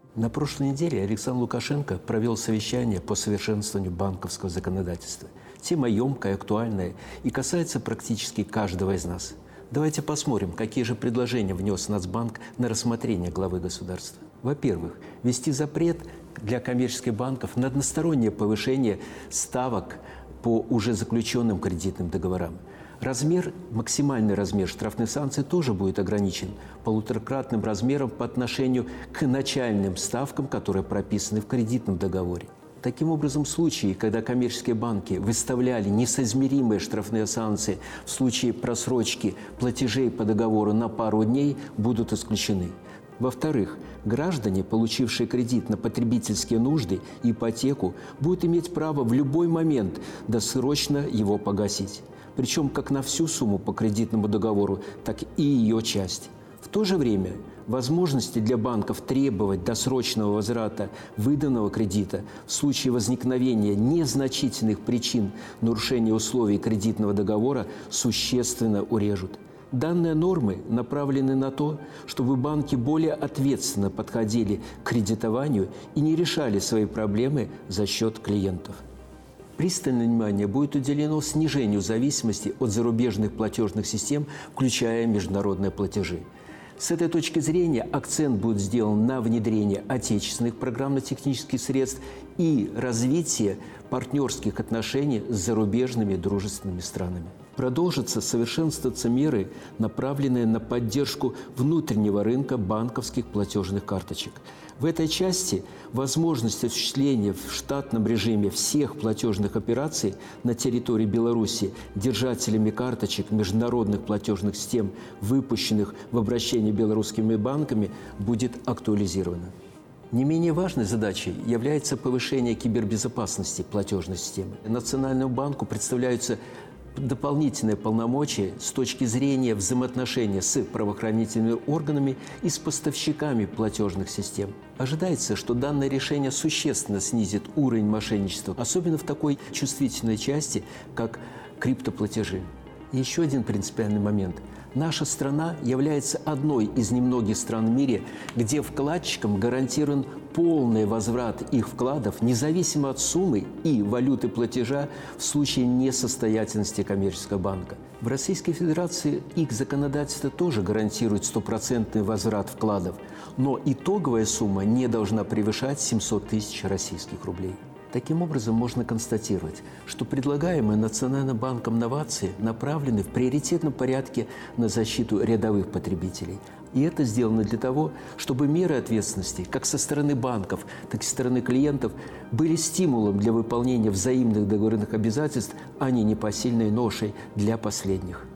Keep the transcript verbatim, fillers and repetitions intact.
На прошлой неделе Александр Лукашенко провел совещание по совершенствованию банковского законодательства. Тема емкая, актуальная и касается практически каждого из нас. Давайте посмотрим, какие же предложения внес Нацбанк на рассмотрение главы государства. Во-первых, ввести запрет для коммерческих банков на одностороннее повышение ставок по уже заключенным кредитным договорам. Размер, максимальный размер штрафных санкций тоже будет ограничен полуторакратным размером по отношению к начальным ставкам, которые прописаны в кредитном договоре. Таким образом, в случае, когда коммерческие банки выставляли несоизмеримые штрафные санкции в случае просрочки платежей по договору на пару дней, будут исключены. Во-вторых, граждане, получившие кредит на потребительские нужды и ипотеку, будут иметь право в любой момент досрочно его погасить. Причем как на всю сумму по кредитному договору, так и ее часть. В то же время возможности для банков требовать досрочного возврата выданного кредита в случае возникновения незначительных причин нарушения условий кредитного договора существенно урежут. Данные нормы направлены на то, чтобы банки более ответственно подходили к кредитованию и не решали свои проблемы за счет клиентов. Пристальное внимание будет уделено снижению зависимости от зарубежных платежных систем, включая международные платежи. С этой точки зрения акцент будет сделан на внедрение отечественных программно-технических средств и развитие партнерских отношений с зарубежными дружественными странами. Продолжатся совершенствоваться меры, направленные на поддержку внутреннего рынка банковских платежных карточек. В этой части возможность осуществления в штатном режиме всех платежных операций на территории Беларуси держателями карточек международных платежных систем, выпущенных в обращение белорусскими банками, будет актуализирована. Не менее важной задачей является повышение кибербезопасности платежной системы. Национальному банку представляются дополнительные полномочия с точки зрения взаимоотношения с правоохранительными органами и с поставщиками платежных систем. Ожидается, что данное решение существенно снизит уровень мошенничества, особенно в такой чувствительной части, как криптоплатежи. И еще один принципиальный момент. Наша страна является одной из немногих стран в мире, где вкладчикам гарантирован полный возврат их вкладов, независимо от суммы и валюты платежа в случае несостоятельности коммерческого банка. В Российской Федерации их законодательство тоже гарантирует стопроцентный возврат вкладов, но итоговая сумма не должна превышать семьсот тысяч российских рублей. Таким образом, можно констатировать, что предлагаемые Национальным банком новации направлены в приоритетном порядке на защиту рядовых потребителей. И это сделано для того, чтобы меры ответственности как со стороны банков, так и со стороны клиентов были стимулом для выполнения взаимных договорных обязательств, а не непосильной ношей для последних.